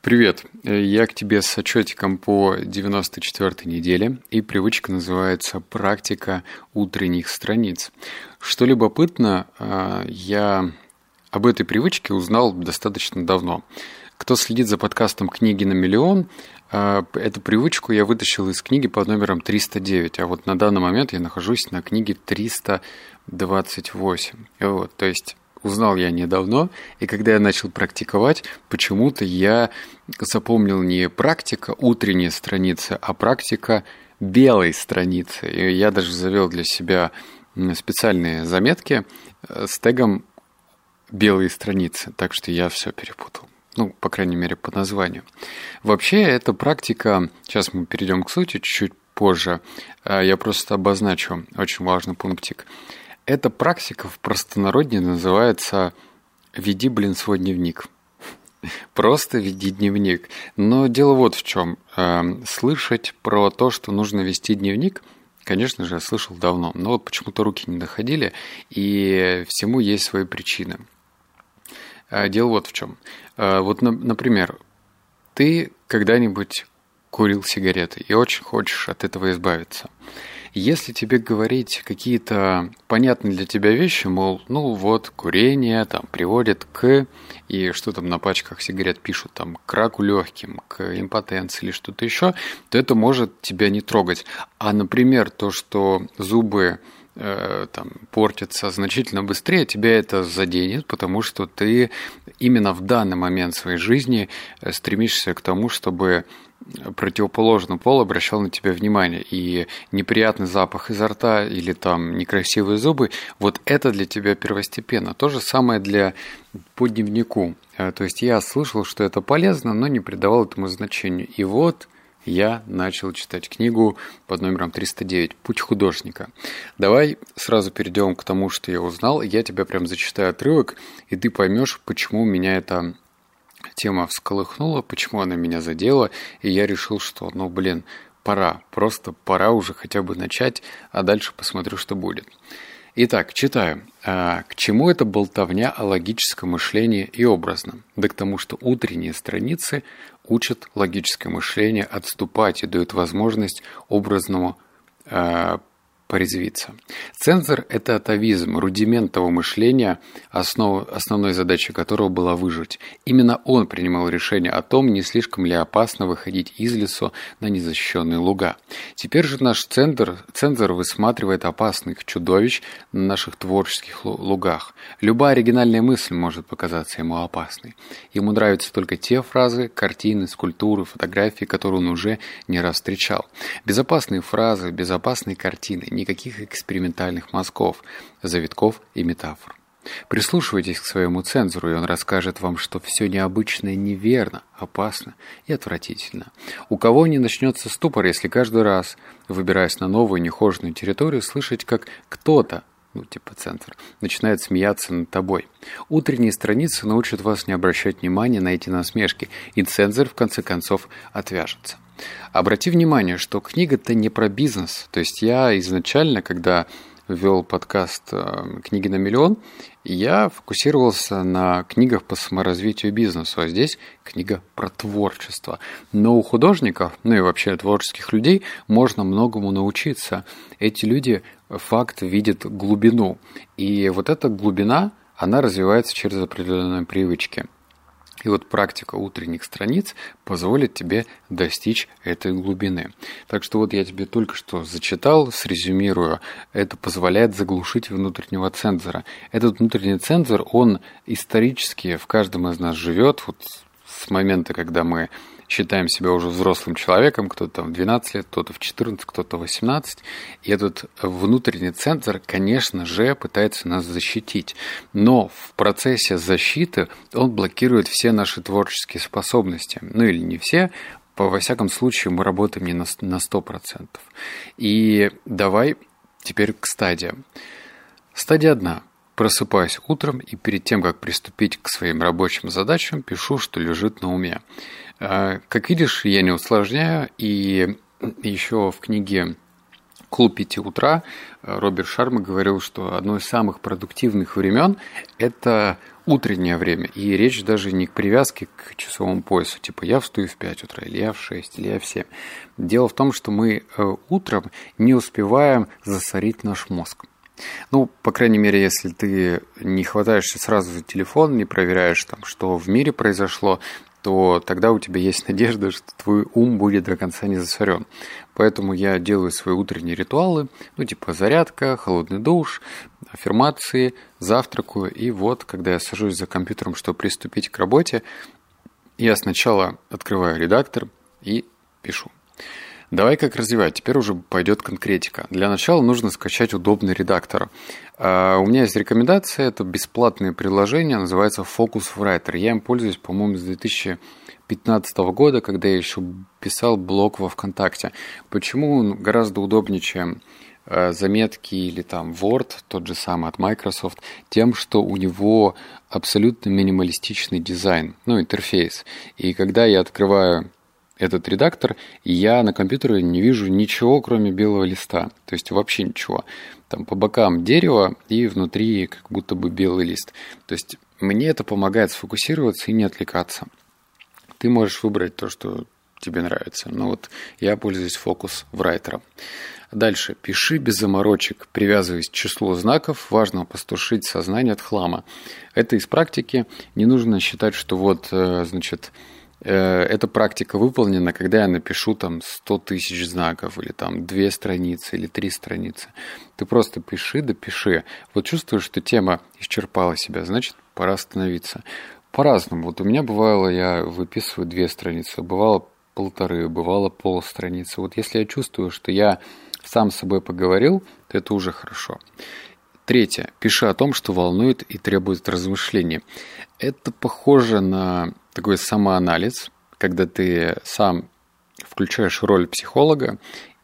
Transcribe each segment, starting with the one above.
Привет, я к тебе с отчетиком по 94-й неделе, и привычка называется «Практика утренних страниц». Что любопытно, я об этой привычке узнал достаточно давно. Кто следит за подкастом «Книги на миллион», эту привычку я вытащил из книги под номером 309, а вот на данный момент я нахожусь на книге 328. То есть узнал я недавно, и когда я начал практиковать, почему-то я запомнил не практика утренней страницы, а практика белой страницы. И я даже завел для себя специальные заметки с тегом «белые страницы», так что я все перепутал. По крайней мере, по названию. Вообще, эта практика, сейчас мы перейдем к сути чуть-чуть позже, я просто обозначу очень важный пунктик. Эта практика в простонародье называется «Веди, свой дневник». Просто веди дневник. Но дело вот в чем. Слышать про то, что нужно вести дневник, конечно же, я слышал давно. Но вот почему-то руки не доходили, и всему есть свои причины. Дело вот в чем. Например, ты когда-нибудь курил сигареты и очень хочешь от этого избавиться. Если тебе говорить какие-то понятные для тебя вещи, мол, курение приводит к, и что там на пачках сигарет пишут, к раку легким, к импотенции или что-то еще, то это может тебя не трогать. А, например, то, что зубы портятся значительно быстрее, тебя это заденет, потому что ты именно в данный момент своей жизни стремишься к тому, чтобы противоположный пол обращал на тебя внимание, и неприятный запах изо рта или некрасивые зубы, вот это для тебя первостепенно. То же самое по дневнику. То есть я слышал, что это полезно, но не придавал этому значению. И вот я начал читать книгу под номером 309 «Путь художника». Давай сразу перейдем к тому, что я узнал. Я тебе прям зачитаю отрывок, и ты поймешь, почему меня эта тема всколыхнула, почему она меня задела, и я решил, что, пора, просто пора уже хотя бы начать, а дальше посмотрю, что будет. Итак, читаю. К чему эта болтовня о логическом мышлении и образном? Да к тому, что утренние страницы учат логическое мышление отступать и дают возможность образному порезвиться. Цензор – это атовизм, рудимент того мышления, основной задачей которого была выжить. Именно он принимал решение о том, не слишком ли опасно выходить из лесу на незащищенные луга. Теперь же наш цензор высматривает опасных чудовищ на наших творческих лугах. Любая оригинальная мысль может показаться ему опасной. Ему нравятся только те фразы, картины, скульптуры, фотографии, которые он уже не раз встречал. Безопасные фразы, безопасные картины, никаких экспериментальных мазков, завитков и метафор. Прислушивайтесь к своему цензору, и он расскажет вам, что все необычное неверно, опасно и отвратительно. У кого не начнется ступор, если каждый раз, выбираясь на новую нехоженную территорию, слышать, как кто-то, цензор, начинает смеяться над тобой. Утренние страницы научат вас не обращать внимания на эти насмешки, и цензор, в конце концов, отвяжется. Обрати внимание, что книга-то не про бизнес. То есть я изначально, когда вел подкаст «Книги на миллион», я фокусировался на книгах по саморазвитию бизнеса, а здесь книга про творчество. Но у художников, и вообще творческих людей можно многому научиться. Эти люди, факт, видят глубину. И вот эта глубина, она развивается через определенные привычки. И вот практика утренних страниц позволит тебе достичь этой глубины. Так что я тебе только что зачитал, срезюмирую. Это позволяет заглушить внутреннего цензора. Этот внутренний цензор, он исторически в каждом из нас живет. С момента, когда мы считаем себя уже взрослым человеком, кто-то в 12 лет, кто-то в 14, кто-то в 18. И этот внутренний цензор, конечно же, пытается нас защитить. Но в процессе защиты он блокирует все наши творческие способности. Или не все, во всяком случае мы работаем не на 100%. И давай теперь к стадиям. Стадия 1. Просыпаюсь утром и перед тем, как приступить к своим рабочим задачам, пишу, что лежит на уме. Как видишь, я не усложняю, и еще в книге Клуб 5 утра. Роберт Шарма говорил, что одно из самых продуктивных времен – это утреннее время. И речь даже не к привязке к часовому поясу. Типа я встаю в 5 утра, или я в 6, или я в 7. Дело в том, что мы утром не успеваем засорить наш мозг. Ну, по крайней мере, если ты не хватаешься сразу за телефон, не проверяешь, там, что в мире произошло, то тогда у тебя есть надежда, что твой ум будет до конца не засорен. Поэтому я делаю свои утренние ритуалы, ну, типа зарядка, холодный душ, аффирмации, завтракаю. И вот, когда я сажусь за компьютером, чтобы приступить к работе, я сначала открываю редактор и пишу. Давай как развивать. Теперь уже пойдет конкретика. Для начала нужно скачать удобный редактор. У меня есть рекомендация. Это бесплатное приложение, называется Focus Writer. Я им пользуюсь, по-моему, с 2015 года, когда я еще писал блог во ВКонтакте. Почему он гораздо удобнее, чем заметки или там Word, тот же самый от Microsoft, тем, что у него абсолютно минималистичный дизайн, ну, интерфейс. И когда я открываю этот редактор, я на компьютере не вижу ничего, кроме белого листа. То есть вообще ничего. Там по бокам дерево и внутри как будто бы белый лист. То есть мне это помогает сфокусироваться и не отвлекаться. Ты можешь выбрать то, что тебе нравится. Но вот я пользуюсь Focus Writer. Дальше. Пиши без заморочек, привязываясь к числу знаков. Важно опустошить сознание от хлама. Это из практики. Не нужно считать, что вот, значит, эта практика выполнена, когда я напишу там 100 тысяч знаков, или там 2 страницы, или 3 страницы. Ты просто пиши, допиши. Вот чувствуешь, что тема исчерпала себя, значит, пора остановиться. По-разному. Вот у меня бывало, я выписываю 2 страницы, бывало 1,5, бывало полстраницы. Вот если я чувствую, что я сам с собой поговорил, то это уже хорошо. Третье. Пиши о том, что волнует и требует размышления. Это похоже на такой самоанализ, когда ты сам включаешь роль психолога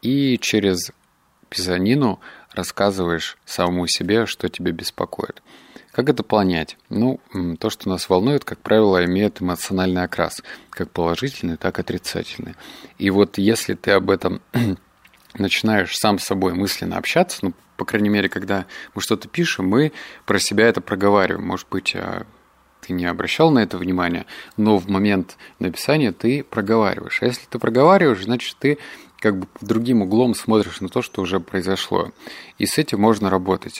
и через писанину рассказываешь самому себе, что тебя беспокоит. Как это понять? Ну, то, что нас волнует, как правило, имеет эмоциональный окрас, как положительный, так и отрицательный. И вот если ты об этом начинаешь сам с собой мысленно общаться, ну, по крайней мере, когда мы что-то пишем, мы про себя это проговариваем. Может быть, ты не обращал на это внимания, но в момент написания ты проговариваешь. А если ты проговариваешь, значит, ты как бы под другим углом смотришь на то, что уже произошло. И с этим можно работать.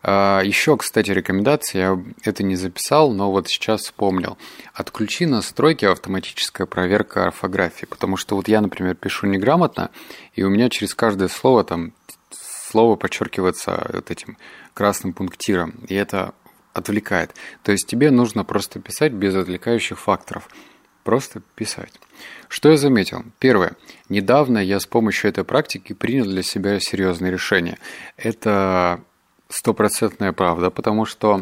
Еще, кстати, рекомендация, я это не записал, но вот сейчас вспомнил. Отключи настройки автоматическая проверка орфографии, потому что вот я, например, пишу неграмотно, и у меня через каждое слово там слово подчеркивается вот этим красным пунктиром, и это отвлекает. То есть тебе нужно просто писать без отвлекающих факторов. Просто писать. Что я заметил? Первое. Недавно я с помощью этой практики принял для себя серьезное решение. Это 100% правда, потому что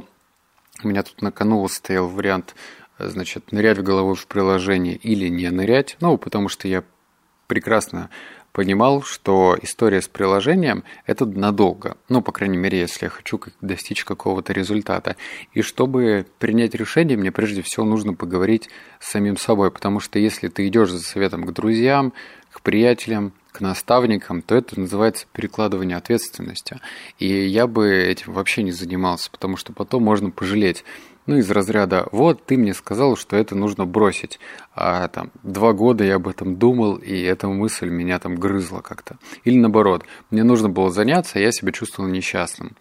у меня тут на кону стоял вариант, значит, нырять головой в приложение или не нырять. Ну, потому что я прекрасно понимал, что история с приложением – это надолго. Ну, по крайней мере, если я хочу достичь какого-то результата. И чтобы принять решение, мне прежде всего нужно поговорить с самим собой, потому что если ты идешь за советом к друзьям, к приятелям, к наставникам, то это называется перекладывание ответственности. И я бы этим вообще не занимался, потому что потом можно пожалеть. Ну, из разряда, вот, ты мне сказал, что это нужно бросить. А там 2 года я об этом думал, и эта мысль меня там грызла как-то. Или наоборот, мне нужно было заняться, а я себя чувствовал несчастным.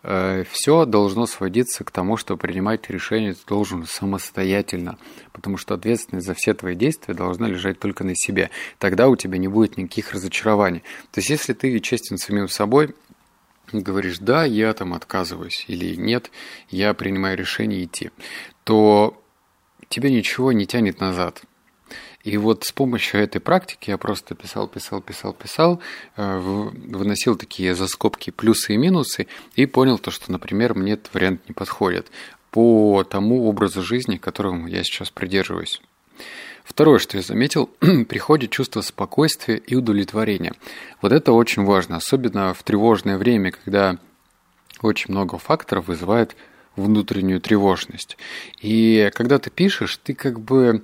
Все должно сводиться к тому, что принимать решения ты должен самостоятельно, потому что ответственность за все твои действия должна лежать только на себе. Тогда у тебя не будет никаких разочарований. То есть, если ты честен с самим собой, говоришь, да, я там отказываюсь, или нет, я принимаю решение идти, то тебя ничего не тянет назад. И вот с помощью этой практики я просто писал, выносил такие за скобки плюсы и минусы, и понял то, что, например, мне этот вариант не подходит по тому образу жизни, которому я сейчас придерживаюсь. Второе, что я заметил, приходит чувство спокойствия и удовлетворения. Вот это очень важно, особенно в тревожное время, когда очень много факторов вызывает внутреннюю тревожность. И когда ты пишешь, ты как бы...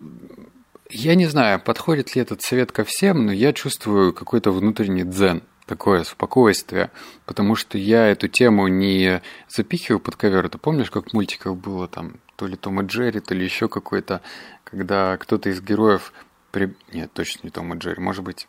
Я не знаю, подходит ли этот совет ко всем, но я чувствую какой-то внутренний дзен. такое спокойствие, потому что я эту тему не запихиваю под ковер. Ты помнишь, как в мультиках было там то ли Том и Джерри, то ли еще какой-то, когда кто-то из героев... Нет, точно не Том и Джерри, может быть,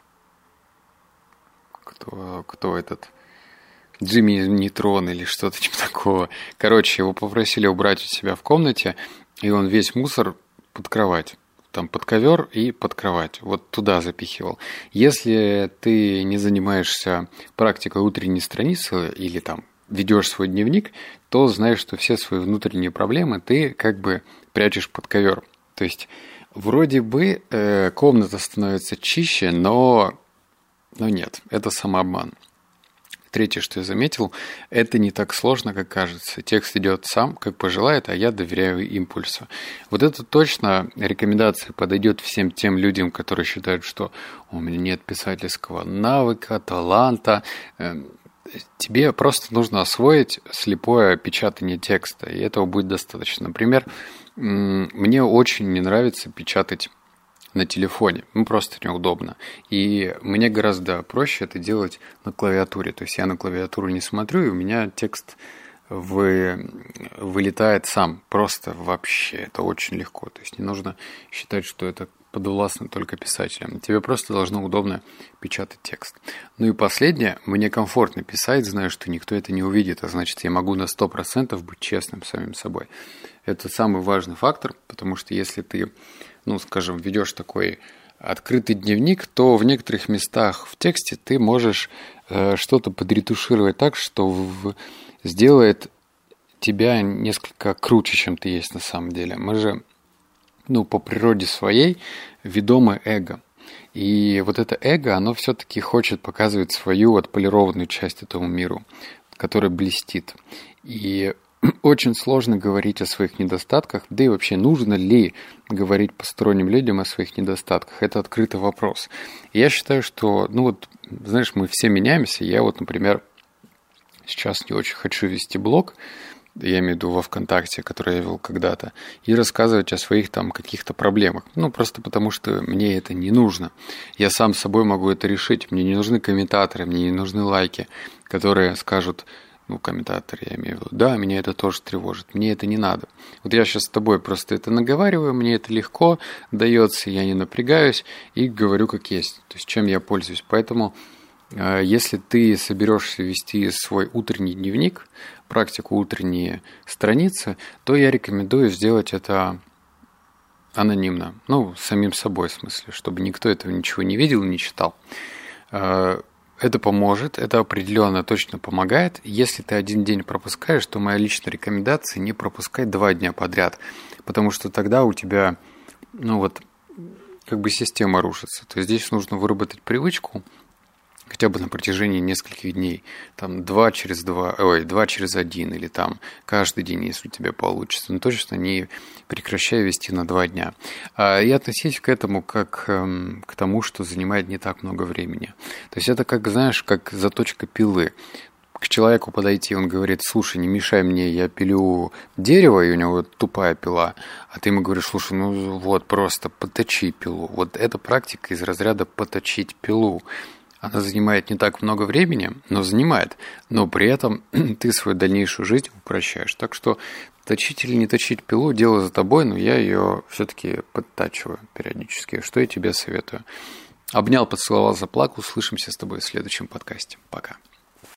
кто этот... Джимми Нейтрон или что-то типа такого. Короче, его попросили убрать у себя в комнате, и он весь мусор под кровать. Там под ковер и под кровать. Вот туда запихивал. Если ты не занимаешься практикой утренней страницы или там ведешь свой дневник, то знаешь, что все свои внутренние проблемы ты как бы прячешь под ковер. То есть вроде бы комната становится чище, но нет, это самообман. Третье, что я заметил, это не так сложно, как кажется. Текст идет сам, как пожелает, а я доверяю импульсу. Вот это точно рекомендация подойдет всем тем людям, которые считают, что у меня нет писательского навыка, таланта. Тебе просто нужно освоить слепое печатание текста, и этого будет достаточно. Например, мне очень не нравится печатать на телефоне, просто неудобно. И мне гораздо проще это делать на клавиатуре. То есть я на клавиатуру не смотрю, и у меня текст вылетает сам. Просто вообще. Это очень легко. То есть не нужно считать, что это подвластно только писателям. Тебе просто должно удобно печатать текст. Ну и последнее. Мне комфортно писать, знаю, что никто это не увидит, а значит, я могу на 100% быть честным с самим собой. Это самый важный фактор, потому что если ты скажем, ведешь такой открытый дневник, то в некоторых местах в тексте ты можешь что-то подретушировать так, что сделает тебя несколько круче, чем ты есть на самом деле. Мы же, по природе своей ведомы эго. И вот это эго, оно все-таки хочет показывать свою отполированную часть этому миру, которая блестит. И очень сложно говорить о своих недостатках, да и вообще нужно ли говорить посторонним людям о своих недостатках. Это открытый вопрос. И я считаю, что, знаешь, мы все меняемся. Я например, сейчас не очень хочу вести блог, я имею в виду во ВКонтакте, который я вел когда-то, и рассказывать о своих там каких-то проблемах. Просто потому, что мне это не нужно. Я сам с собой могу это решить. Мне не нужны комментаторы, мне не нужны лайки, которые скажут... комментаторы, я имею в виду. Да, меня это тоже тревожит. Мне это не надо. Вот я сейчас с тобой просто это наговариваю, мне это легко дается, я не напрягаюсь и говорю как есть. То есть, чем я пользуюсь. Поэтому, если ты соберешься вести свой утренний дневник, практику утренние страницы, то я рекомендую сделать это анонимно. Самим собой, в смысле, чтобы никто этого ничего не видел, не читал. Это поможет, это определенно точно помогает. Если ты один день пропускаешь, то моя личная рекомендация не пропускать 2 дня подряд, потому что тогда у тебя, система рушится. То есть здесь нужно выработать привычку хотя бы на протяжении нескольких дней. 2 через 1 или каждый день, если у тебя получится. Но точно не прекращай вести на 2 дня. И относись к этому как к тому, что занимает не так много времени. То есть это как заточка пилы. К человеку подойти, он говорит: слушай, не мешай мне, я пилю дерево, и у него тупая пила. А ты ему говоришь: слушай, просто поточи пилу. Вот эта практика из разряда поточить пилу. Она занимает не так много времени, но занимает. Но при этом ты свою дальнейшую жизнь упрощаешь. Так что точить или не точить пилу – дело за тобой, но я ее все-таки подтачиваю периодически, что я тебе советую. Обнял, поцеловал, заплакал. Услышимся с тобой в следующем подкасте. Пока.